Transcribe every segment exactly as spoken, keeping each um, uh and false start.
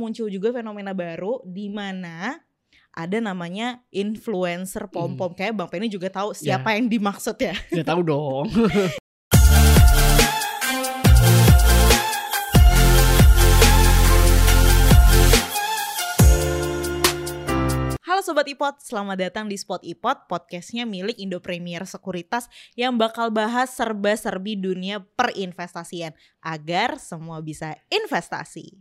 muncul juga fenomena baru di mana ada namanya influencer pom-pom. Hmm. Kayak Bang Penny juga tahu siapa ya. Yang dimaksud ya? Ya tahu dong. Halo Sobat iPod, selamat datang di Spot iPod, podcastnya milik Indo Premier Sekuritas yang bakal bahas serba-serbi dunia perinvestasian agar semua bisa investasi.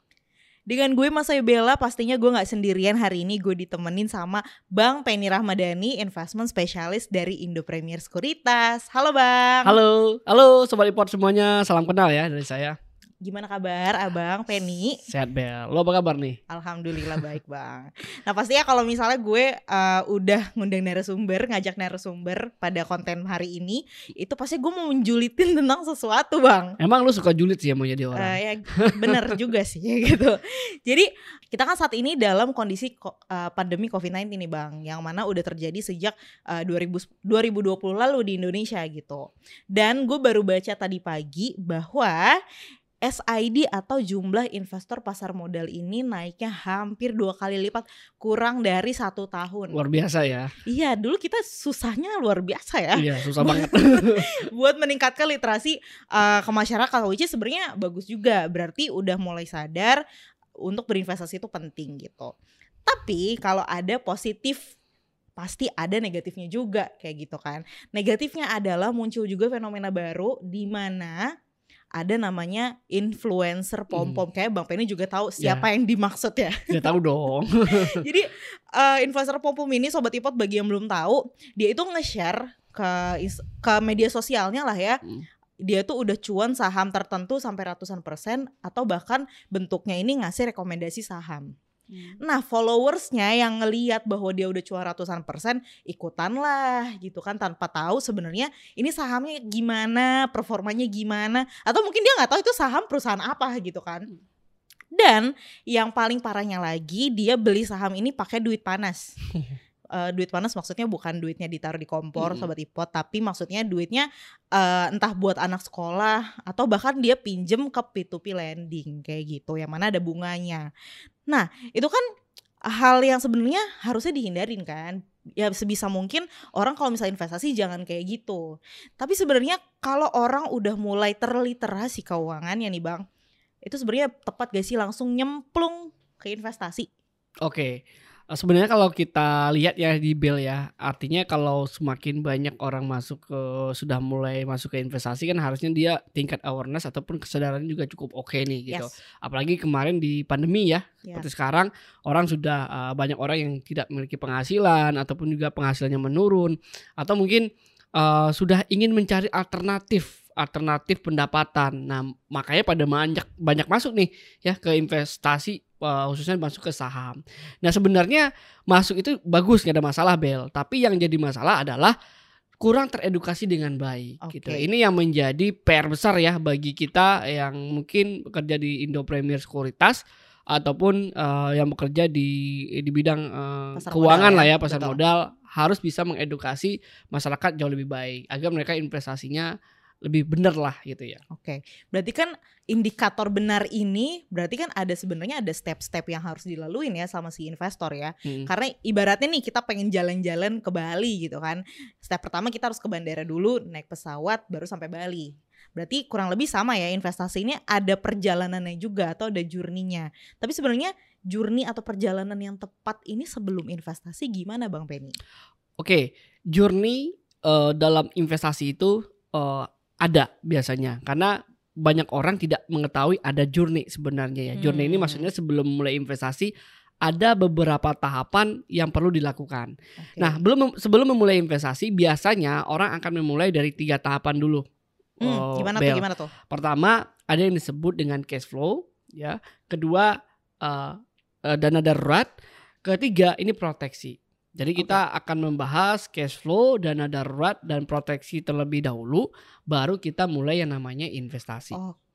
Dengan gue Mas Ayu Bella, pastinya gue gak sendirian hari ini, gue ditemenin sama Bang Penny Rahmadani, investment specialist dari Indo Premier Sekuritas. Halo Bang. Halo, halo Sobat iPod semuanya, salam kenal ya dari saya. Gimana kabar Abang Penny? Sehat Bel, lo apa kabar nih? Alhamdulillah baik Bang. Nah pastinya kalau misalnya gue uh, udah ngundang narasumber, ngajak narasumber pada konten hari ini, itu pasti gue mau menjulitin tentang sesuatu Bang. Emang lo suka julid sih ya mau jadi orang? Uh, ya bener juga sih gitu. Jadi kita kan saat ini dalam kondisi uh, pandemi covid sembilan belas nih Bang, yang mana udah terjadi sejak uh, dua ribu dua puluh lalu di Indonesia gitu. Dan gue baru baca tadi pagi bahwa S I D atau jumlah investor pasar modal ini naiknya hampir dua kali lipat, kurang dari satu tahun. Luar biasa ya. Iya, dulu kita susahnya luar biasa ya. Iya, susah banget. Buat meningkatkan literasi uh, ke masyarakat, which is sebenarnya bagus juga. Berarti udah mulai sadar untuk berinvestasi itu penting gitu. Tapi kalau ada positif, pasti ada negatifnya juga kayak gitu kan. Negatifnya adalah muncul juga fenomena baru di mana ada namanya influencer pom-pom. Hmm. Kayak Bang Penny juga tahu siapa ya. Yang dimaksud ya? Ya tahu dong. Jadi uh, influencer pom-pom ini Sobat iPod bagi yang belum tahu, dia itu nge-share ke ke media sosialnya lah ya. Hmm. Dia tuh udah cuan saham tertentu sampai ratusan persen atau bahkan bentuknya ini ngasih rekomendasi saham. Hmm. Nah followersnya yang ngelihat bahwa dia udah cuan ratusan persen ikutan lah gitu kan, tanpa tahu sebenarnya ini sahamnya gimana, performanya gimana, atau mungkin dia nggak tahu itu saham perusahaan apa gitu kan. Dan yang paling parahnya lagi, dia beli saham ini pakai duit panas. Uh, duit panas maksudnya bukan duitnya ditaruh di kompor, hmm. Sobat iPod, tapi maksudnya duitnya uh, entah buat anak sekolah atau bahkan dia pinjem ke P to P lending kayak gitu, yang mana ada bunganya. Nah itu kan hal yang sebenarnya harusnya dihindarin kan. Ya sebisa mungkin orang kalau misalnya investasi jangan kayak gitu. Tapi sebenarnya kalau orang udah mulai terliterasi keuangannya nih Bang, itu sebenarnya tepat gak sih langsung nyemplung ke investasi? Oke. Okay. Sebenarnya kalau kita lihat ya di Bel ya, artinya kalau semakin banyak orang masuk ke sudah mulai masuk ke investasi kan harusnya dia tingkat awareness ataupun kesadarannya juga cukup oke okay nih gitu. Yes. Apalagi kemarin di pandemi ya, yes. Seperti sekarang orang sudah uh, banyak orang yang tidak memiliki penghasilan ataupun juga penghasilannya menurun atau mungkin uh, sudah ingin mencari alternatif alternatif pendapatan. Nah, makanya pada banyak banyak masuk nih ya ke investasi, uh, khususnya masuk ke saham. Nah, sebenarnya masuk itu bagus, nggak ada masalah Bel. Tapi yang jadi masalah adalah kurang teredukasi dengan baik. Okay. Gitu. Ini yang menjadi P R besar ya bagi kita yang mungkin bekerja di Indo Premier Sekuritas ataupun uh, yang bekerja di di bidang uh, keuangan lah ya, pasar Betul. modal, harus bisa mengedukasi masyarakat jauh lebih baik agar mereka investasinya lebih benar lah gitu ya. Oke, berarti kan indikator benar ini berarti kan ada sebenarnya ada step-step yang harus dilaluin ya sama si investor ya. Hmm. Karena ibaratnya nih kita pengen jalan-jalan ke Bali gitu kan. Step pertama kita harus ke bandara dulu, naik pesawat baru sampai Bali. Berarti kurang lebih sama ya, investasi ini ada perjalanannya juga atau ada journey-nya. Tapi sebenarnya journey atau perjalanan yang tepat ini sebelum investasi gimana Bang Penny? Oke, journey uh, dalam investasi itu uh, ada biasanya karena banyak orang tidak mengetahui ada journey sebenarnya ya. Hmm. Journey ini maksudnya sebelum mulai investasi ada beberapa tahapan yang perlu dilakukan. Okay. Nah, belum sebelum memulai investasi biasanya orang akan memulai dari tiga tahapan dulu. Hmm, oh, gimana Bel. tuh? Gimana tuh? Pertama ada yang disebut dengan cash flow, ya. Kedua uh, uh, dana darurat. Ketiga ini proteksi. Jadi kita okay. akan membahas cash flow, dana darurat, dan proteksi terlebih dahulu, baru kita mulai yang namanya investasi. Oke,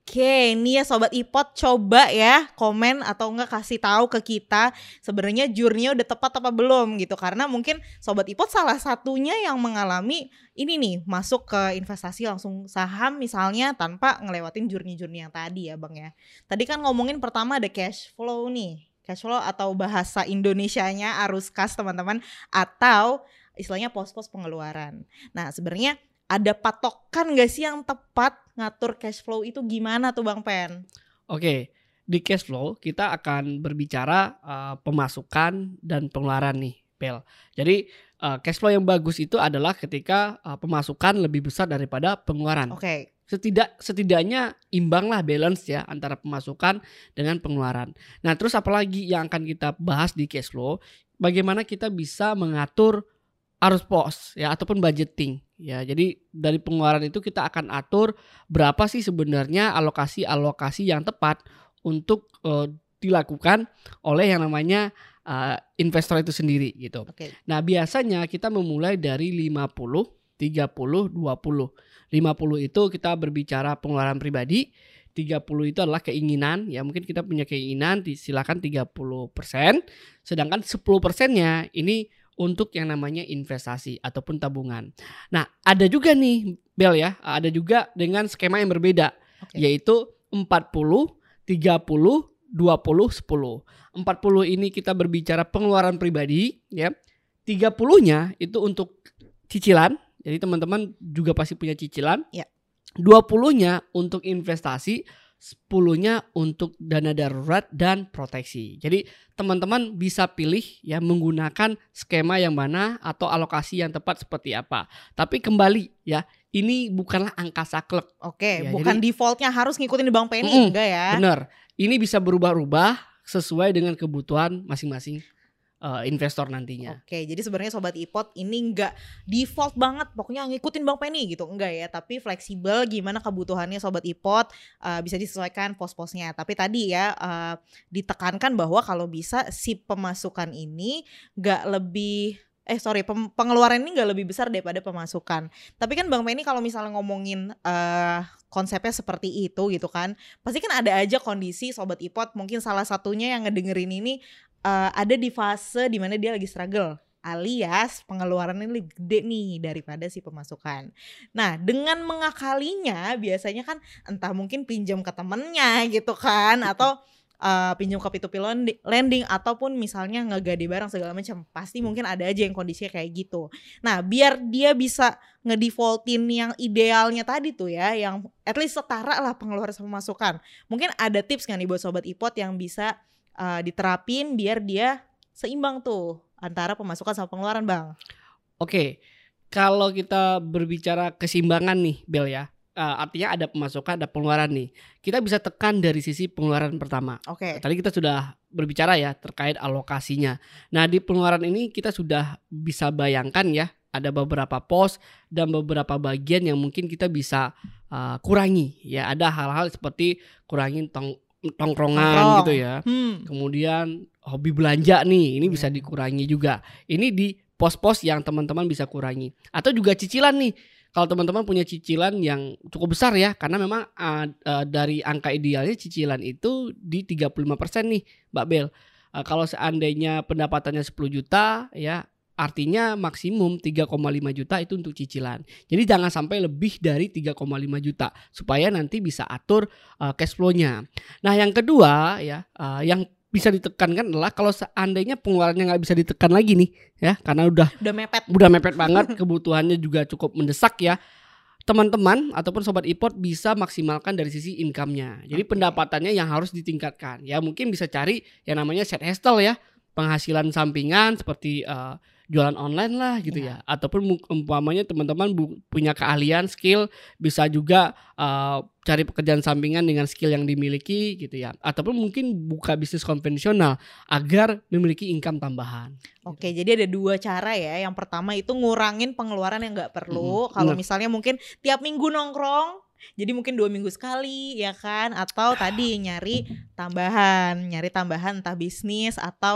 Oke, ini ya Sobat iPod, coba ya komen atau enggak kasih tahu ke kita sebenarnya jurninya udah tepat apa belum gitu. Karena mungkin Sobat iPod salah satunya yang mengalami ini nih, masuk ke investasi langsung saham misalnya tanpa ngelewatin jurni-jurni yang tadi ya Bang ya. Tadi kan ngomongin pertama ada cash flow nih. Cash flow atau bahasa Indonesianya arus kas teman-teman, atau istilahnya pos-pos pengeluaran. Nah sebenarnya ada patokan gak sih yang tepat ngatur cash flow itu gimana tuh Bang Pen? Oke, di cash flow kita akan berbicara uh, pemasukan dan pengeluaran nih, Bel. Jadi uh, cash flow yang bagus itu adalah ketika uh, pemasukan lebih besar daripada pengeluaran. Oke. Setidak setidaknya imbang lah, balance ya antara pemasukan dengan pengeluaran. Nah, terus apalagi yang akan kita bahas di cash flow, bagaimana kita bisa mengatur arus pos ya ataupun budgeting ya. Jadi dari pengeluaran itu kita akan atur berapa sih sebenarnya alokasi-alokasi yang tepat untuk uh, dilakukan oleh yang namanya uh, investor itu sendiri gitu. Okay. Nah, biasanya kita memulai dari lima puluh, tiga puluh, dua puluh. lima puluh itu kita berbicara pengeluaran pribadi, tiga puluh itu adalah keinginan ya, mungkin kita punya keinginan, silakan tiga puluh persen, sedangkan sepuluh persennya ini untuk yang namanya investasi ataupun tabungan. Nah, ada juga nih Bel ya, ada juga dengan skema yang berbeda, okay. Yaitu empat puluh, tiga puluh, dua puluh, sepuluh. empat puluh ini kita berbicara pengeluaran pribadi ya. tiga puluh-nya itu untuk cicilan. Jadi teman-teman juga pasti punya cicilan. Ya. dua puluh-nya untuk investasi, sepuluh-nya untuk dana darurat dan proteksi. Jadi teman-teman bisa pilih ya menggunakan skema yang mana atau alokasi yang tepat seperti apa. Tapi kembali ya, ini bukanlah angka saklek. Oke, ya, bukan jadi, defaultnya harus ngikutin Bang Penny, mm, enggak ya? Bener, ini bisa berubah-ubah sesuai dengan kebutuhan masing-masing Uh, investor nantinya. Oke, jadi sebenarnya Sobat iPod ini nggak default banget, pokoknya ngikutin Bang Penny gitu, enggak ya, tapi fleksibel gimana kebutuhannya Sobat iPod, uh, bisa disesuaikan pos-posnya. Tapi tadi ya uh, ditekankan bahwa kalau bisa si pemasukan ini nggak lebih eh sorry pem- pengeluaran ini nggak lebih besar daripada pemasukan. Tapi kan Bang Penny kalau misalnya ngomongin uh, konsepnya seperti itu gitu kan, pasti kan ada aja kondisi Sobat iPod, mungkin salah satunya yang ngedengerin ini Uh, ada di fase dimana dia lagi struggle, alias pengeluarannya lebih gede nih daripada si pemasukan. Nah, dengan mengakalinya biasanya kan entah mungkin pinjam ke temennya gitu kan, atau uh, pinjam ke P two P lending, ataupun misalnya ngegade barang segala macam. Pasti mungkin ada aja yang kondisinya kayak gitu. Nah, biar dia bisa ngedefaultin yang idealnya tadi tuh ya, yang at least setara lah pengeluaran sama pemasukan. Mungkin ada tips nggak nih buat Sobat iPod yang bisa Uh, diterapin biar dia seimbang tuh antara pemasukan sama pengeluaran Bang? Oke, kalau kita berbicara keseimbangan nih Bel ya, uh, artinya ada pemasukan ada pengeluaran nih. Kita bisa tekan dari sisi pengeluaran pertama. Oke. Tadi kita sudah berbicara ya terkait alokasinya. Nah di pengeluaran ini kita sudah bisa bayangkan ya, ada beberapa pos dan beberapa bagian yang mungkin kita bisa uh, kurangi ya. Ada hal-hal seperti kurangin tong tongkrongan Tongkrong. gitu ya. Hmm. Kemudian hobi belanja nih, ini hmm. bisa dikurangi juga. Ini di pos-pos yang teman-teman bisa kurangi. Atau juga cicilan nih. Kalau teman-teman punya cicilan yang cukup besar ya, karena memang uh, uh, dari angka idealnya cicilan itu di tiga puluh lima persen nih, Mbak Bel. Uh, kalau seandainya pendapatannya sepuluh juta ya, artinya maksimum tiga koma lima juta itu untuk cicilan. Jadi jangan sampai lebih dari tiga koma lima juta supaya nanti bisa atur uh, cash flow-nya. Nah, yang kedua ya, uh, yang bisa ditekankan adalah kalau seandainya pengeluarannya nggak bisa ditekan lagi nih ya, karena udah udah mepet, udah mepet banget, kebutuhannya juga cukup mendesak ya. Teman-teman ataupun Sobat iPod bisa maksimalkan dari sisi income-nya. Jadi okay. pendapatannya yang harus ditingkatkan. Ya mungkin bisa cari yang namanya side hustle ya, penghasilan sampingan seperti uh, jualan online lah gitu ya, ya. Ataupun umpamanya teman-teman bu- punya keahlian, skill, bisa juga uh, cari pekerjaan sampingan dengan skill yang dimiliki gitu ya, ataupun mungkin buka bisnis konvensional agar memiliki income tambahan. Oke, gitu. Jadi ada dua cara ya. Yang pertama itu ngurangin pengeluaran yang nggak perlu. Mm-hmm. Kalau misalnya mungkin tiap minggu nongkrong, jadi mungkin dua minggu sekali ya kan, atau tadi nyari tambahan, nyari tambahan entah bisnis atau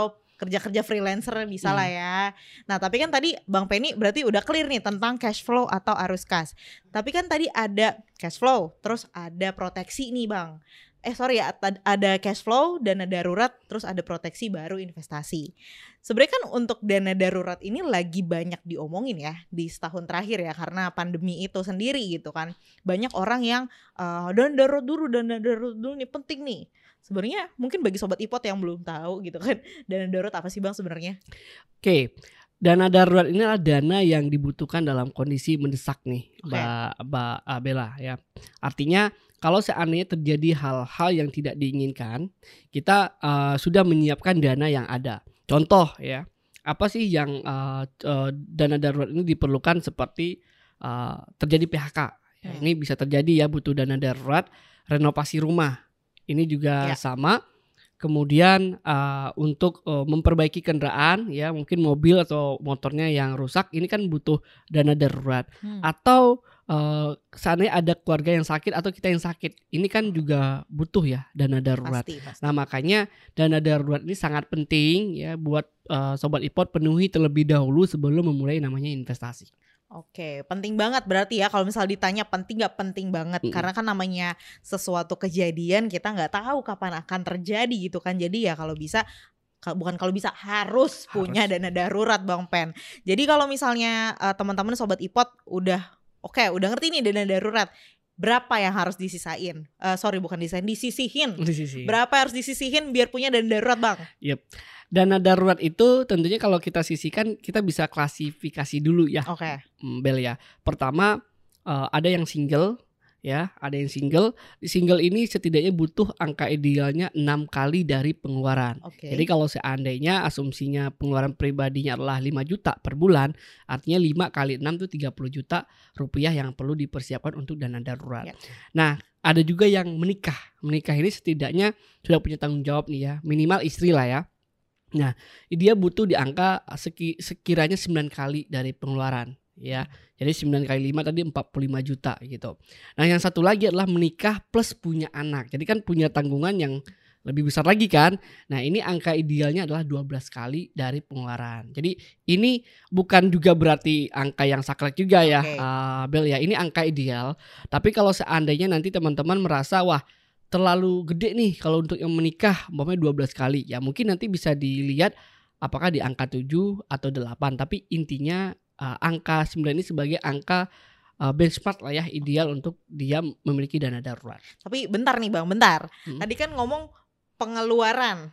kerja-kerja freelancer bisa lah Hmm. ya. Nah tapi kan tadi Bang Penny berarti udah clear nih tentang cash flow atau arus kas. Tapi kan tadi ada cash flow, terus ada proteksi nih Bang. Eh sorry ya, tad- ada cash flow, dana darurat, terus ada proteksi baru investasi. Sebenarnya kan untuk dana darurat ini lagi banyak diomongin ya di setahun terakhir ya karena pandemi itu sendiri gitu kan. Banyak orang yang eh, dana darurat dulu, dana darurat dulu nih penting nih. Sebenarnya mungkin bagi sobat ipot yang belum tahu gitu kan, dana darurat apa sih Bang sebenarnya? Oke, dana darurat ini adalah dana yang dibutuhkan dalam kondisi mendesak nih, Oke. Mbak Mbak uh, Bella ya. Artinya kalau seandainya terjadi hal-hal yang tidak diinginkan, kita uh, sudah menyiapkan dana yang ada. Contoh ya, apa sih yang uh, uh, dana darurat ini diperlukan seperti uh, terjadi P H K. Ya, Hmm. ini bisa terjadi ya, butuh dana darurat, renovasi rumah. Ini juga Ya. sama. Kemudian uh, untuk uh, memperbaiki kendaraan ya, mungkin mobil atau motornya yang rusak, ini kan butuh dana darurat. Hmm. Atau uh, seandainya ada keluarga yang sakit atau kita yang sakit, ini kan juga butuh ya dana darurat. Pasti, pasti. Nah makanya dana darurat ini sangat penting ya buat uh, Sobat Ipot penuhi terlebih dahulu sebelum memulai namanya investasi. Oke, penting banget berarti ya kalau misal ditanya penting gak penting banget. Mm-mm. Karena kan namanya sesuatu kejadian kita gak tahu kapan akan terjadi gitu kan. Jadi ya kalau bisa, ka- bukan kalau bisa harus punya dana darurat Bang Pen. Jadi kalau misalnya eh, teman-teman sobat ipot udah oke udah ngerti nih dana darurat, berapa yang harus disisain? Eh, sorry bukan disain, disisihin. Di sisi. Berapa yang harus disisihin biar punya dana darurat Bang? Yep. Dana darurat itu tentunya kalau kita sisihkan kita bisa klasifikasi dulu ya. Oke. Hmm, Bel ya. Pertama uh, ada yang single ya, ada yang single. Di single ini setidaknya butuh angka idealnya enam kali dari pengeluaran. Oke. Jadi kalau seandainya asumsinya pengeluaran pribadinya adalah lima juta per bulan, artinya lima kali enam itu tiga puluh juta rupiah yang perlu dipersiapkan untuk dana darurat. Ya. Nah, ada juga yang menikah. Menikah ini setidaknya sudah punya tanggung jawab nih ya, minimal istri lah ya. Nah, dia butuh di angka seki, sekiranya sembilan kali dari pengeluaran ya. Jadi sembilan kali lima tadi empat puluh lima juta gitu. Nah, yang satu lagi adalah menikah plus punya anak. Jadi kan punya tanggungan yang lebih besar lagi kan. Nah, ini angka idealnya adalah dua belas kali dari pengeluaran. Jadi ini bukan juga berarti angka yang saklek juga ya, Oke. uh, Bel ya. Ini angka ideal. Tapi kalau seandainya nanti teman-teman merasa wah terlalu gede nih kalau untuk yang menikah umpamanya dua belas kali, ya mungkin nanti bisa dilihat apakah di angka tujuh atau delapan. Tapi intinya uh, angka sembilan ini sebagai angka uh, benchmark lah ya, ideal untuk dia memiliki dana darurat. Tapi bentar nih Bang, bentar. Hmm. Tadi kan ngomong pengeluaran.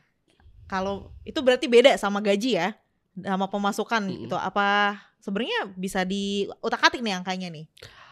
Kalau itu berarti beda sama gaji ya, sama pemasukan Mm-mm. gitu. Apa sebenarnya bisa diutak-atik nih angkanya nih?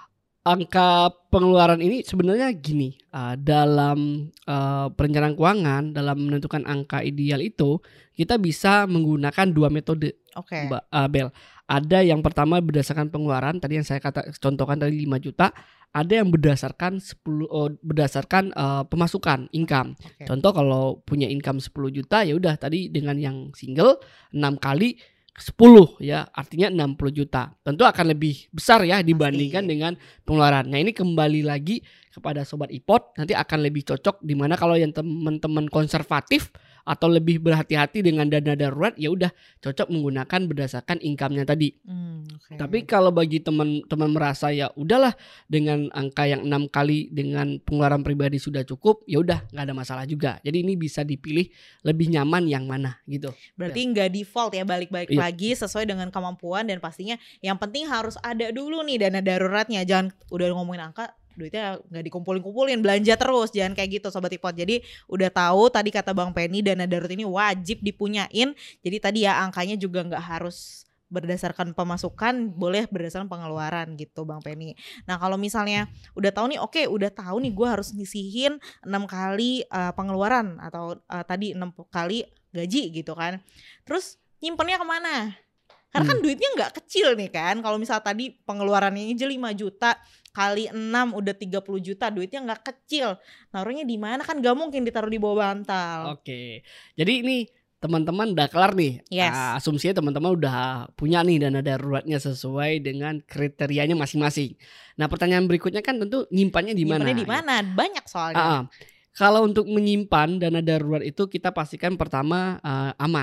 Angka pengeluaran ini sebenarnya gini, uh, dalam uh, perencanaan keuangan, dalam menentukan angka ideal itu kita bisa menggunakan dua metode, Oke. Mbak uh, Bel. Ada yang pertama berdasarkan pengeluaran, tadi yang saya kata contohkan dari lima juta. Ada yang berdasarkan sepuluh oh, berdasarkan uh, pemasukan, income. Oke. Contoh kalau punya income sepuluh juta, ya udah tadi dengan yang single enam kali sepuluh ya, artinya enam puluh juta. Tentu akan lebih besar ya dibandingkan Pasti. dengan pengeluaran. Nah, ini kembali lagi kepada Sobat Ipot, nanti akan lebih cocok di mana kalau yang teman-teman konservatif atau lebih berhati-hati dengan dana darurat, ya udah cocok menggunakan berdasarkan income-nya tadi. Hmm, oke. Tapi kalau bagi teman-teman merasa ya udahlah dengan angka yang enam kali dengan pengeluaran pribadi sudah cukup, ya udah nggak ada masalah juga. Jadi ini bisa dipilih lebih nyaman yang mana gitu. Berarti nggak default ya, balik-balik Iya. lagi sesuai dengan kemampuan dan pastinya yang penting harus ada dulu nih dana daruratnya. Jangan udah ngomongin angka duitnya nggak dikumpulin-kumpulin, belanja terus, jangan kayak gitu Sobat Ipot. Jadi udah tahu tadi kata Bang Penny dana darurat ini wajib dipunyain. Jadi tadi ya angkanya juga nggak harus berdasarkan pemasukan, boleh berdasarkan pengeluaran gitu Bang Penny. Nah kalau misalnya udah tahu nih, oke udah tahu nih gue harus nyisihin enam kali uh, pengeluaran atau uh, tadi enam kali gaji gitu kan. Terus nyimpennya kemana? Karena kan Hmm. duitnya nggak kecil nih kan. Kalau misal tadi pengeluarannya aja lima juta kali enam udah tiga puluh juta, duitnya nggak kecil. Naruhnya di mana kan gak mungkin ditaruh di bawah bantal. Oke. Jadi ini teman-teman udah kelar nih. Yes. Ah, asumsinya teman-teman udah punya nih dana daruratnya sesuai dengan kriterianya masing-masing. Nah, pertanyaan berikutnya kan tentu nyimpannya di mana? Nyimpennya di mana? Banyak soalnya. Ah, ah. Kalau untuk menyimpan dana darurat itu kita pastikan pertama uh, aman.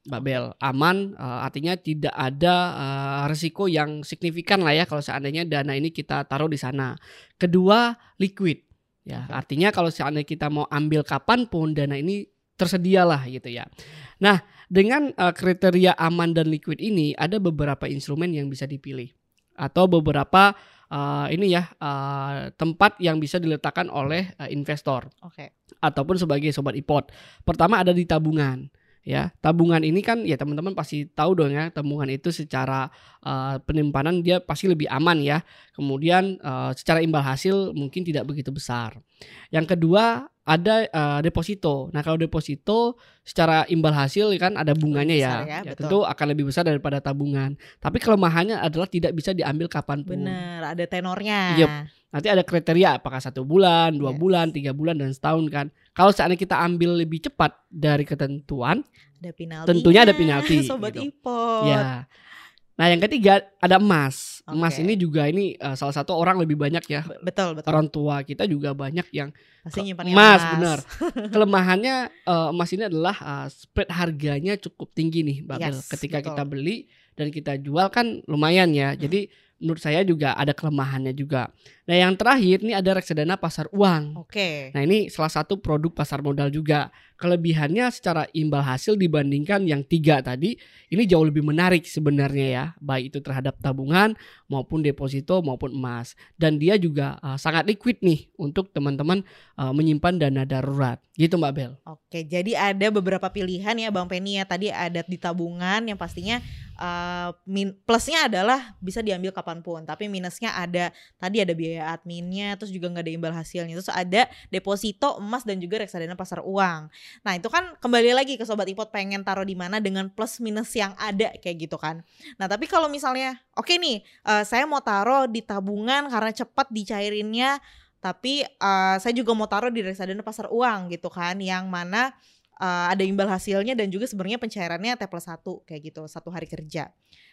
Mbak Bel. Aman uh, artinya tidak ada uh, risiko yang signifikan lah ya kalau seandainya dana ini kita taruh di sana. Kedua, liquid. Ya, Oke. artinya kalau seandainya kita mau ambil kapanpun dana ini tersedia lah gitu ya. Nah, dengan uh, kriteria aman dan liquid ini ada beberapa instrumen yang bisa dipilih atau beberapa uh, ini ya uh, tempat yang bisa diletakkan oleh uh, investor Oke. ataupun sebagai sobat I P O D. Pertama ada di tabungan. Ya, tabungan ini kan ya teman-teman pasti tahu dong ya, tabungan itu secara uh, penyimpanan dia pasti lebih aman ya. Kemudian uh, secara imbal hasil mungkin tidak begitu besar. Yang kedua ada uh, deposito. Nah, kalau deposito secara imbal hasil kan ada bunganya ya, Besar ya, ya betul. tentu akan lebih besar daripada tabungan. Tapi kelemahannya adalah tidak bisa diambil kapanpun. Bener, ada tenornya. Yup. Nanti ada kriteria apakah satu bulan, dua Yes. bulan, tiga bulan dan setahun kan. Kalau seandainya kita ambil lebih cepat dari ketentuan, Ada penalti. tentunya ada penalti, Sobat gitu. I P O D. ya. Nah, yang ketiga ada emas. Emas Oke. ini juga ini uh, salah satu orang lebih banyak ya. Be- Betul, betul. Orang tua kita juga banyak yang Pasti ke- nyimpannya emas, emas. benar. Kelemahannya uh, emas ini adalah uh, spread harganya cukup tinggi nih, Mbak Bel. Yes, Ketika betul. kita beli dan kita jual kan lumayan ya. Jadi menurut saya juga ada kelemahannya juga. Nah, yang terakhir ini ada reksadana pasar uang. Oke. Nah, ini salah satu produk pasar modal juga. Kelebihannya secara imbal hasil dibandingkan yang tiga tadi, ini jauh lebih menarik sebenarnya ya. Baik itu terhadap tabungan maupun deposito maupun emas. Dan dia juga uh, sangat liquid nih untuk teman-teman uh, menyimpan dana darurat. Gitu Mbak Bel. Oke, jadi ada beberapa pilihan ya Bang Penny ya. Tadi ada di tabungan yang pastinya uh, min- plusnya adalah bisa diambil kapanpun. Tapi minusnya ada tadi ada biaya adminnya, terus juga nggak ada imbal hasilnya. Terus ada deposito, emas dan juga reksadana pasar uang. Nah itu kan kembali lagi ke Sobat I P O D pengen taruh di mana dengan plus minus yang ada kayak gitu kan. Nah tapi kalau misalnya oke nih uh, saya mau taruh di tabungan karena cepat dicairinnya. Tapi uh, saya juga mau taruh di reksadana pasar uang gitu kan, yang mana uh, ada imbal hasilnya dan juga sebenarnya pencairannya T plus satu kayak gitu, satu hari kerja.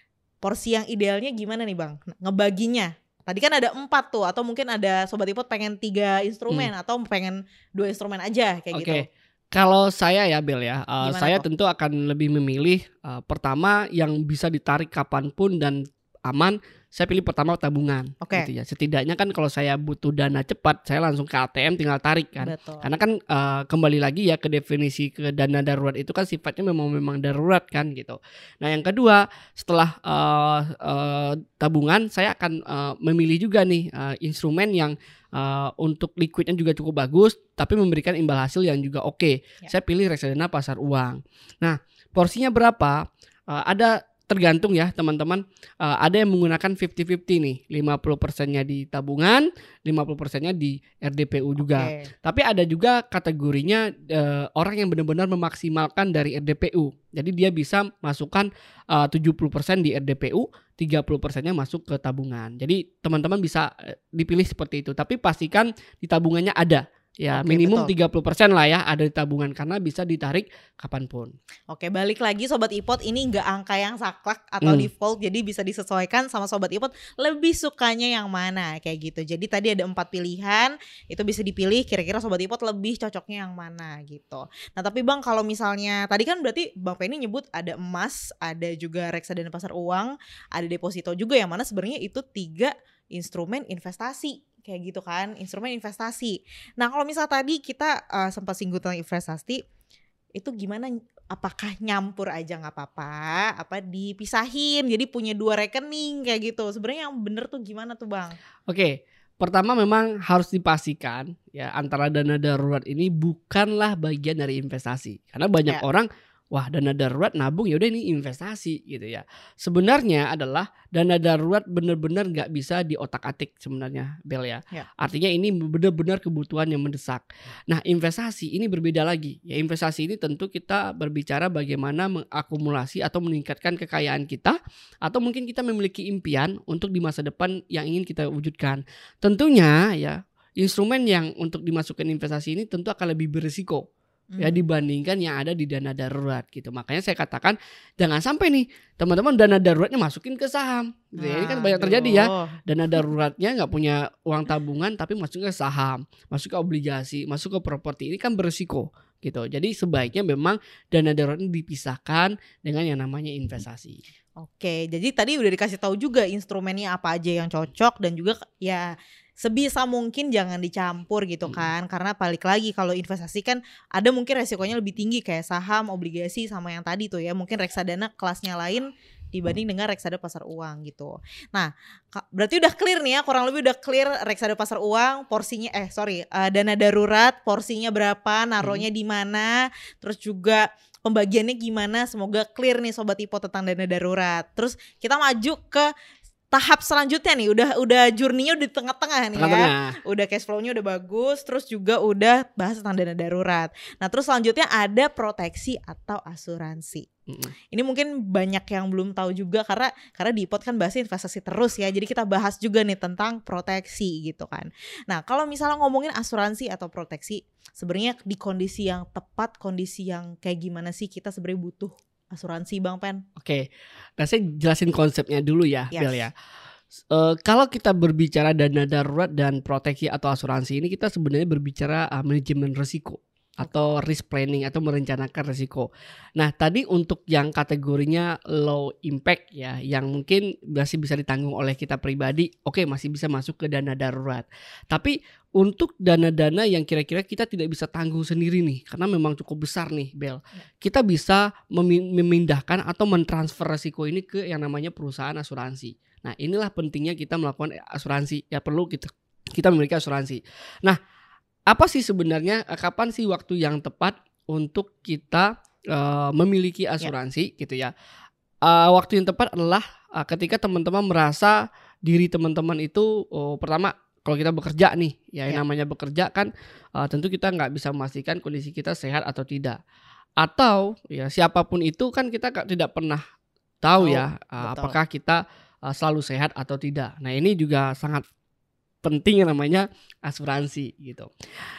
Porsi yang idealnya gimana nih Bang? Ngebaginya. Tadi kan ada empat tuh, atau mungkin ada Sobat I P O D pengen tiga instrumen Hmm. atau pengen dua instrumen aja kayak Oke. gitu. Kalau saya ya Bel ya, uh, Gimana saya tuh? tentu akan lebih memilih uh, pertama yang bisa ditarik kapanpun dan aman. Saya pilih pertama tabungan. Oke. Gitu ya. Setidaknya kan kalau saya butuh dana cepat, saya langsung ke A T M tinggal tarik kan. Betul. Karena kan uh, kembali lagi ya ke definisi ke dana darurat itu kan sifatnya memang memang darurat kan gitu. Nah yang kedua setelah uh, uh, tabungan saya akan uh, memilih juga nih uh, instrumen yang uh, untuk liquidnya juga cukup bagus tapi memberikan imbal hasil yang juga oke. Ya. Saya pilih reksadana pasar uang. Nah porsinya berapa? Uh, ada tergantung ya teman-teman. Uh, ada yang menggunakan lima puluh lima puluh nih, lima puluh persennya di tabungan, lima puluh persennya di R D P U juga. Oke. Tapi ada juga kategorinya uh, orang yang benar-benar memaksimalkan dari R D P U. Jadi dia bisa masukkan uh, tujuh puluh persen di R D P U, tiga puluh persennya masuk ke tabungan. Jadi teman-teman bisa uh, dipilih seperti itu. Tapi pastikan di tabungannya ada. Ya Oke, minimum betul. tiga puluh persen lah ya ada di tabungan karena bisa ditarik kapanpun. Oke, balik lagi Sobat I P O D, ini nggak angka yang saklek atau Hmm. default, jadi bisa disesuaikan sama Sobat I P O D lebih sukanya yang mana kayak gitu. Jadi tadi ada empat pilihan, itu bisa dipilih kira-kira Sobat I P O D lebih cocoknya yang mana gitu. Nah tapi Bang kalau misalnya tadi kan berarti Bang Penny nyebut ada emas, ada juga reksadana pasar uang, ada deposito juga yang mana sebenarnya itu tiga instrumen investasi kayak gitu kan, instrumen investasi. Nah kalau misal tadi kita uh, sempat singgung tentang investasi, itu gimana, apakah nyampur aja nggak apa-apa, apa dipisahin jadi punya dua rekening kayak gitu, sebenarnya yang bener tuh gimana tuh Bang? Oke, pertama memang harus dipastikan ya antara dana darurat ini bukanlah bagian dari investasi. Karena banyak Ya. orang wah dana darurat nabung ya udah ini investasi gitu ya. Sebenarnya adalah dana darurat benar-benar nggak bisa diotak-atik sebenarnya Bel ya. Ya. Artinya ini benar-benar kebutuhan yang mendesak. Nah investasi ini berbeda lagi. Ya investasi ini tentu kita berbicara bagaimana mengakumulasi atau meningkatkan kekayaan kita. Atau mungkin kita memiliki impian untuk di masa depan yang ingin kita wujudkan. Tentunya ya instrumen yang untuk dimasukkan investasi ini tentu akan lebih berisiko. ya dibandingkan yang ada di dana darurat gitu. Makanya saya katakan jangan sampai nih teman-teman dana daruratnya masukin ke saham. Gitu ya. Ini kan banyak terjadi ya. Dana daruratnya nggak punya uang tabungan tapi masuk ke saham, masuk ke obligasi, masuk ke properti. Ini kan berisiko gitu. Jadi sebaiknya memang dana daruratnya dipisahkan dengan yang namanya investasi. Oke, jadi tadi udah dikasih tahu juga instrumennya apa aja yang cocok dan juga ya sebisa mungkin jangan dicampur gitu kan. Hmm. Karena balik lagi kalau investasi kan ada mungkin resikonya lebih tinggi kayak saham, obligasi sama yang tadi tuh ya. Mungkin reksadana kelasnya lain dibanding dengan reksadana pasar uang gitu. Nah, berarti udah clear nih ya, kurang lebih udah clear reksadana pasar uang porsinya eh sorry uh, dana darurat porsinya berapa, naruhnya hmm. di mana, terus juga pembagiannya gimana. Semoga clear nih Sobat Ipo tentang dana darurat. Terus kita maju ke tahap selanjutnya nih, udah udah journey-nya udah di tengah-tengah nih tengah-tengah. ya. Udah cash flow-nya udah bagus, terus juga udah bahas tentang dana darurat. Nah, terus selanjutnya ada proteksi atau asuransi. Mm-hmm. Ini mungkin banyak yang belum tahu juga karena karena di Ipot kan bahasnya investasi terus ya. Jadi kita bahas juga nih tentang proteksi gitu kan. Nah, kalau misalnya ngomongin asuransi atau proteksi, sebenarnya di kondisi yang tepat, kondisi yang kayak gimana sih kita sebenarnya butuh asuransi Bang Pen? Oke, nah saya jelasin konsepnya dulu ya, yes. Bel ya. Uh, kalau kita berbicara dana darurat dan proteksi atau asuransi ini kita sebenarnya berbicara uh, manajemen risiko atau risk planning atau merencanakan risiko. Nah tadi untuk yang kategorinya low impact ya, yang mungkin masih bisa ditanggung oleh kita pribadi, oke okay, masih bisa masuk ke dana darurat. Tapi untuk dana-dana yang kira-kira kita tidak bisa tanggung sendiri nih, karena memang cukup besar nih Bel, kita bisa memindahkan atau mentransfer risiko ini ke yang namanya perusahaan asuransi. Nah inilah pentingnya kita melakukan asuransi, ya perlu kita kita memiliki asuransi. Nah apa sih sebenarnya, kapan sih waktu yang tepat untuk kita uh, memiliki asuransi ya. Gitu ya. Uh, waktu yang tepat adalah uh, ketika teman-teman merasa diri teman-teman itu uh, pertama kalau kita bekerja nih, ya, ya. Yang namanya bekerja kan uh, tentu kita nggak bisa memastikan kondisi kita sehat atau tidak. Atau ya siapapun itu kan kita tidak pernah tahu oh, ya uh, apakah kita uh, selalu sehat atau tidak. Nah ini juga sangat penting yang namanya asuransi gitu.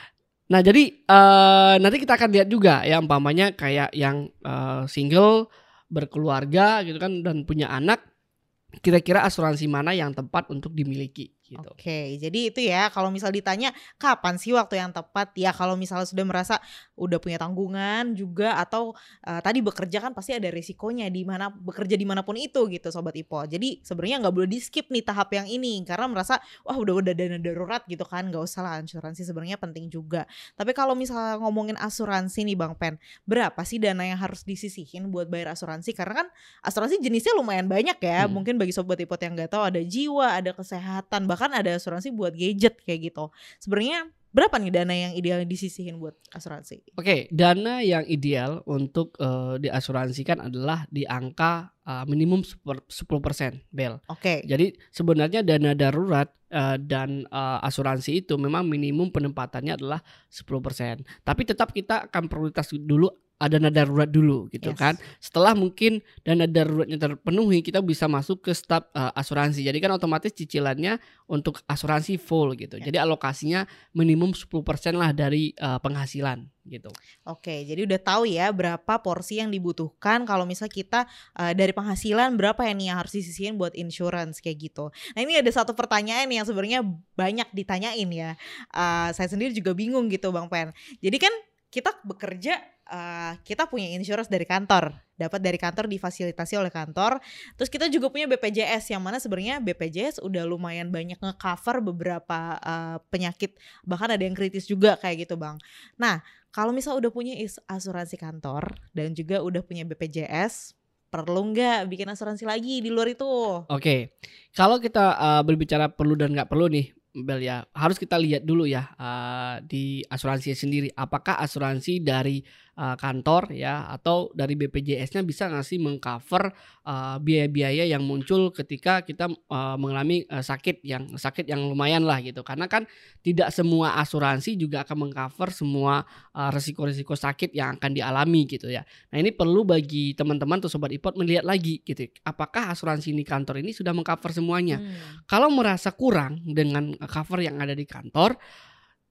Nah jadi uh, nanti kita akan lihat juga ya umpamanya kayak yang uh, single berkeluarga gitu kan dan punya anak, kira-kira asuransi mana yang tepat untuk dimiliki gitu. Oke, jadi itu ya kalau misal ditanya kapan sih waktu yang tepat ya, kalau misalnya sudah merasa udah punya tanggungan juga atau uh, tadi bekerja kan pasti ada risikonya di mana bekerja dimanapun itu gitu Sobat Ipo. Jadi sebenarnya nggak boleh di skip nih tahap yang ini karena merasa wah udah udah dana darurat gitu kan, nggak usah lah. Asuransi sebenarnya penting juga. Tapi kalau misalnya ngomongin asuransi nih Bang Pen, berapa sih dana yang harus disisihin buat bayar asuransi? Karena kan asuransi jenisnya lumayan banyak ya. Hmm. Mungkin bagi Sobat Ipot yang nggak tahu ada jiwa, ada kesehatan, bahkan kan ada asuransi buat gadget kayak gitu. Sebenarnya berapa nih dana yang ideal disisihin buat asuransi? Oke, okay, dana yang ideal untuk uh, diasuransikan adalah di angka uh, minimum sepuluh persen, Bel. Oke. Okay. Jadi sebenarnya dana darurat uh, dan uh, asuransi itu memang minimum penempatannya adalah sepuluh persen. Tapi tetap kita akan prioritas dulu dana darurat dulu gitu yes. kan. Setelah mungkin dana daruratnya terpenuhi, kita bisa masuk ke step uh, asuransi. Jadi kan otomatis cicilannya untuk asuransi full gitu. Yes. Jadi alokasinya minimum sepuluh persen lah dari uh, penghasilan gitu. Oke, jadi udah tahu ya berapa porsi yang dibutuhkan kalau misal kita uh, dari penghasilan berapa yang nih yang harus disisihin buat insurance kayak gitu. Nah ini ada satu pertanyaan yang sebenarnya banyak ditanyain ya. Uh, saya sendiri juga bingung gitu Bang Pen. Jadi kan kita bekerja, uh, kita punya insurance dari kantor, dapat dari kantor, difasilitasi oleh kantor. Terus kita juga punya B P J S yang mana sebenarnya B P J S udah lumayan banyak nge-cover beberapa uh, penyakit, bahkan ada yang kritis juga kayak gitu Bang. Nah kalau misal udah punya asuransi kantor dan juga udah punya B P J S, perlu nggak bikin asuransi lagi di luar itu? Oke, kalau kita uh, berbicara perlu dan nggak perlu nih Bel ya, harus kita lihat dulu ya uh, di asuransi sendiri. Apakah asuransi dari uh, kantor ya atau dari B P J S-nya bisa nggak sih mengcover uh, biaya-biaya yang muncul ketika kita uh, mengalami uh, sakit yang sakit yang lumayan lah gitu. Karena kan tidak semua asuransi juga akan mengcover semua uh, risiko-risiko sakit yang akan dialami gitu ya. Nah ini perlu bagi teman-teman atau Sobat Ipot melihat lagi gitu. Apakah asuransi ini kantor ini sudah mengcover semuanya? Hmm. Kalau merasa kurang dengan cover yang ada di kantor,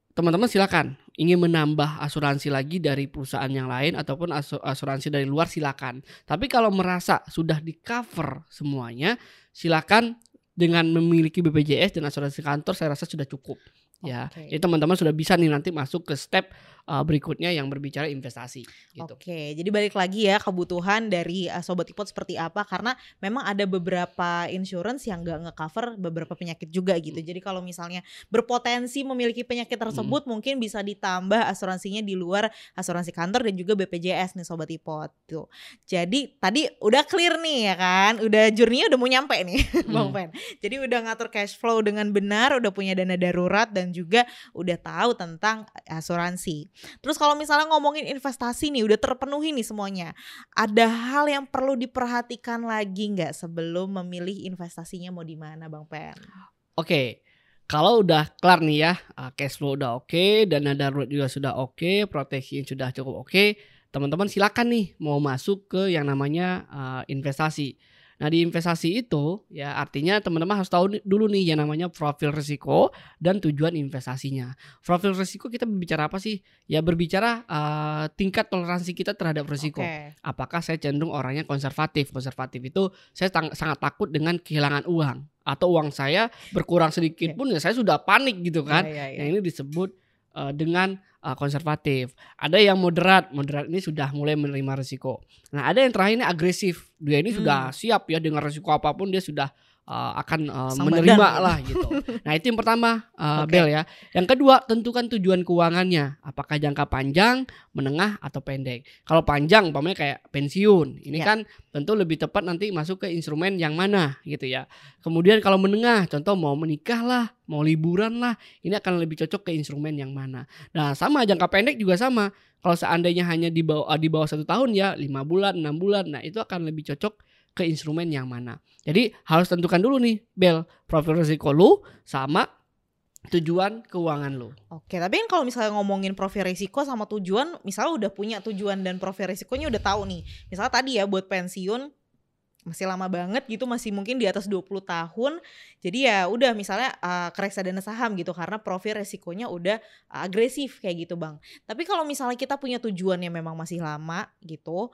teman-teman silakan. Ingin menambah asuransi lagi dari perusahaan yang lain ataupun asuransi dari luar silakan. Tapi kalau merasa sudah di-cover semuanya, silakan dengan memiliki B P J S dan asuransi kantor saya rasa sudah cukup. Ya, Oke. jadi teman-teman sudah bisa nih nanti masuk ke step uh, berikutnya yang berbicara investasi. Gitu. Oke, jadi balik lagi ya kebutuhan dari uh, Sobat Ipot seperti apa, karena memang ada beberapa insurance yang nggak nge-cover beberapa penyakit juga gitu. Jadi kalau misalnya berpotensi memiliki penyakit tersebut, hmm. mungkin bisa ditambah asuransinya di luar asuransi kantor dan juga B P J S nih Sobat Ipot tuh. Jadi tadi udah clear nih ya kan, udah journey-nya udah mau nyampe nih hmm. Bang Pen. Jadi udah ngatur cash flow dengan benar, udah punya dana darurat dan juga udah tahu tentang asuransi. Terus kalau misalnya ngomongin investasi nih udah terpenuhi nih semuanya, ada hal yang perlu diperhatikan lagi nggak sebelum memilih investasinya mau di mana Bang Pen? Oke, kalau udah kelar nih ya, cash flow udah oke, dana darurat juga sudah oke, proteksi sudah cukup oke, teman-teman silakan nih mau masuk ke yang namanya uh, investasi. Nah di investasi itu ya artinya teman-teman harus tahu dulu nih yang namanya profil risiko dan tujuan investasinya. Profil risiko kita berbicara apa sih? Ya berbicara uh, tingkat toleransi kita terhadap risiko. Okay. Apakah saya cenderung orangnya konservatif? Konservatif itu saya tang- sangat takut dengan kehilangan uang. Atau uang saya berkurang sedikit pun okay. ya saya sudah panik gitu kan. Yeah, yeah, yeah. Yang ini disebut uh, dengan uh, konservatif. Ada yang moderat. Moderat ini sudah mulai menerima risiko. Nah ada yang terakhir ini agresif. Dia ini hmm. sudah siap ya dengan risiko apapun dia sudah uh, akan uh, menerima badan. Lah gitu. Nah itu yang pertama uh, okay. Bel ya. Yang kedua tentukan tujuan keuangannya. Apakah jangka panjang, menengah atau pendek. Kalau panjang umpamanya kayak pensiun. Ini yeah. kan tentu lebih tepat nanti masuk ke instrumen yang mana gitu ya. Kemudian kalau menengah contoh mau menikah lah, mau liburan lah, ini akan lebih cocok ke instrumen yang mana. Nah sama jangka pendek juga sama. Kalau seandainya hanya di bawah di bawah satu tahun ya lima bulan, enam bulan, nah itu akan lebih cocok ke instrumen yang mana. Jadi harus tentukan dulu nih Bel, profil risiko lu sama tujuan keuangan lu. Oke, tapi kan kalau misalnya ngomongin profil risiko sama tujuan, misalnya udah punya tujuan dan profil risikonya udah tahu nih. Misalnya tadi ya buat pensiun masih lama banget gitu, masih mungkin di atas dua puluh tahun. Jadi ya udah misalnya uh, ke reksadana saham gitu karena profil resikonya udah uh, agresif kayak gitu Bang. Tapi kalau misalnya kita punya tujuan yang memang masih lama gitu,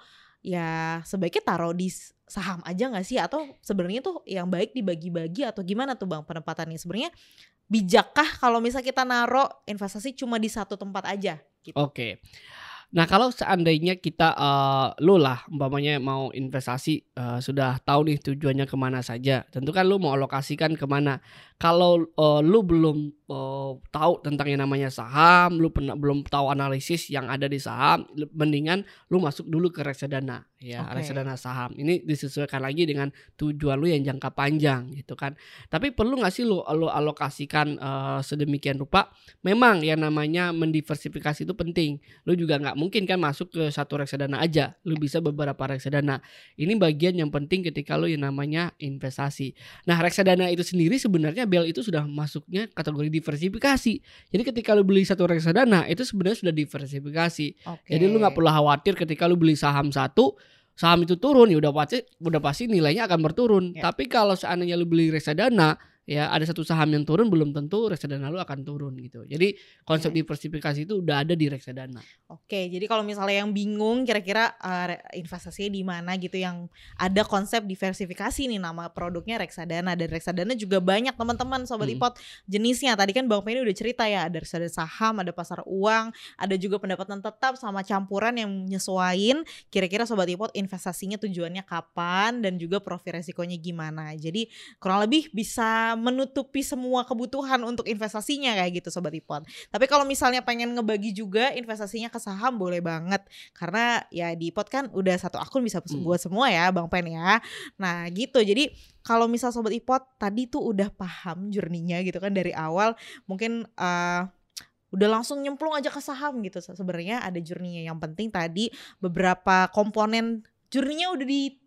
ya sebaiknya taruh di saham aja gak sih? Atau sebenarnya tuh yang baik dibagi-bagi atau gimana tuh Bang penempatannya? Sebenarnya bijakkah kalau misalnya kita naruh investasi cuma di satu tempat aja gitu? Oke. Nah kalau seandainya kita uh, lu lah umpamanya mau investasi uh, sudah tahu nih tujuannya kemana saja, tentu kan lu mau alokasikan kemana. Kalau uh, lu belum uh, tahu tentang yang namanya saham, lu pernah belum tahu analisis yang ada di saham, mendingan lu masuk dulu ke reksadana ya, okay. reksadana saham. Ini disesuaikan lagi dengan tujuan lu yang jangka panjang gitu kan. Tapi perlu nggak sih lu, lu alokasikan uh, sedemikian rupa? Memang yang namanya mendiversifikasi itu penting. Lu juga nggak mungkin kan masuk ke satu reksadana aja. Lu bisa beberapa reksadana. Ini bagian yang penting ketika lu yang namanya investasi. Nah reksadana itu sendiri sebenarnya Bel itu sudah masuknya kategori diversifikasi. Jadi ketika lu beli satu reksadana itu sebenarnya sudah diversifikasi. Okay. Jadi lu nggak perlu khawatir ketika lu beli saham satu, saham itu turun ya udah pasti udah pasti nilainya akan berturun. Yeah. Tapi kalau seandainya lu beli reksadana ya ada satu saham yang turun belum tentu reksadana lu akan turun gitu. Jadi konsep okay. diversifikasi itu udah ada di reksadana. Oke, jadi kalau misalnya yang bingung kira-kira uh, investasinya di mana gitu, yang ada konsep diversifikasi nih nama produknya reksadana, dan reksadana juga banyak teman-teman Sobat hmm. Ipot jenisnya. Tadi kan Bang Penny udah cerita ya, ada reksadana saham, ada pasar uang, ada juga pendapatan tetap sama campuran yang nyesuaiin kira-kira Sobat Ipot investasinya tujuannya kapan dan juga profil resikonya gimana. Jadi kurang lebih bisa menutupi semua kebutuhan untuk investasinya kayak gitu Sobat Ipot. Tapi kalau misalnya pengen ngebagi juga investasinya ke saham boleh banget, karena ya di Ipot kan udah satu akun bisa hmm. buat semua ya Bang Pen ya. Nah gitu, jadi kalau misal Sobat Ipot tadi tuh udah paham journey-nya gitu kan dari awal, mungkin uh, udah langsung nyemplung aja ke saham gitu. Sebenarnya ada journey-nya. Yang penting tadi beberapa komponen journey-nya udah di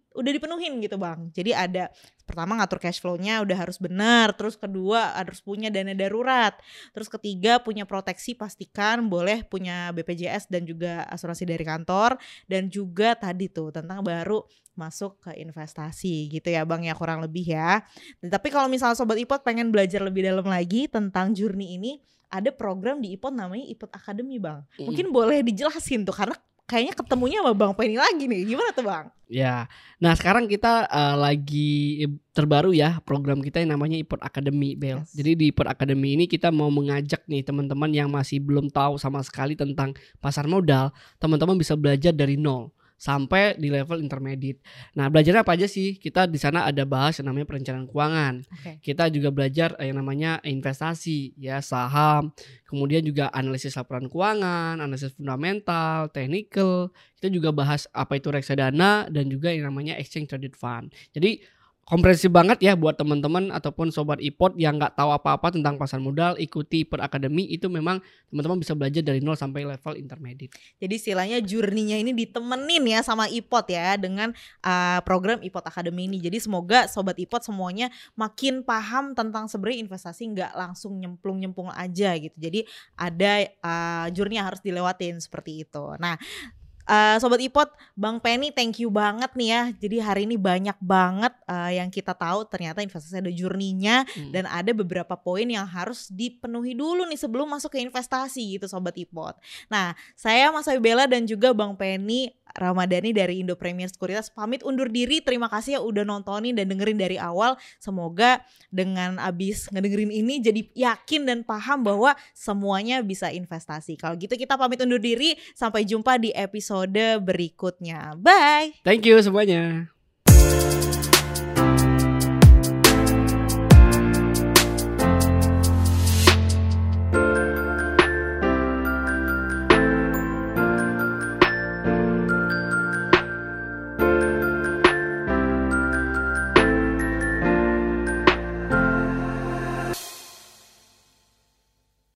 udah dipenuhin gitu Bang. Jadi ada pertama ngatur cash flow-nya udah harus benar, terus kedua harus punya dana darurat, terus ketiga punya proteksi, pastikan boleh punya B P J S dan juga asuransi dari kantor, dan juga tadi tuh tentang baru masuk ke investasi gitu ya Bang ya, kurang lebih ya. Dan, tapi kalau misalnya Sobat Ipot pengen belajar lebih dalam lagi tentang journey ini, ada program di Ipot namanya Ipot Academy Bang. Mm. Mungkin boleh dijelasin tuh karena kayaknya ketemunya sama Bang Penny lagi nih. Gimana tuh Bang? Ya, nah sekarang kita uh, lagi terbaru ya program kita yang namanya Ipot Academy, Bel. Yes. Jadi di Ipot Academy ini kita mau mengajak nih teman-teman yang masih belum tahu sama sekali tentang pasar modal, teman-teman bisa belajar dari nol sampai di level intermediate. Nah, belajarnya apa aja sih? Kita di sana ada bahas yang namanya perencanaan keuangan. Okay. Kita juga belajar yang namanya investasi, ya saham. Kemudian juga analisis laporan keuangan, analisis fundamental, technical. Kita juga bahas apa itu reksadana dan juga yang namanya exchange traded fund. Jadi komprehensif banget ya buat teman-teman ataupun Sobat Ipot yang nggak tahu apa-apa tentang pasar modal, ikuti Ipot Academy. Itu memang teman-teman bisa belajar dari nol sampai level intermediate. Jadi istilahnya journey-nya ini ditemenin ya sama Ipot ya dengan uh, program Ipot Academy ini. Jadi semoga Sobat Ipot semuanya makin paham tentang sebenarnya investasi nggak langsung nyemplung-nyemplung aja gitu. Jadi ada uh, journey yang harus dilewatin seperti itu. Nah, Uh, Sobat Ipot, Bang Penny thank you banget nih ya. Jadi hari ini banyak banget uh, yang kita tahu ternyata investasi ada journey-nya hmm. dan ada beberapa poin yang harus dipenuhi dulu nih sebelum masuk ke investasi gitu Sobat Ipot. Nah, saya Mas Bella dan juga Bang Penny Ramadhani dari Indo Premier Sekuritas pamit undur diri. Terima kasih ya udah nontonin dan dengerin dari awal. Semoga dengan abis ngedengerin ini jadi yakin dan paham bahwa semuanya bisa investasi. Kalau gitu kita pamit undur diri. Sampai jumpa di episode berikutnya. Bye. Thank you semuanya.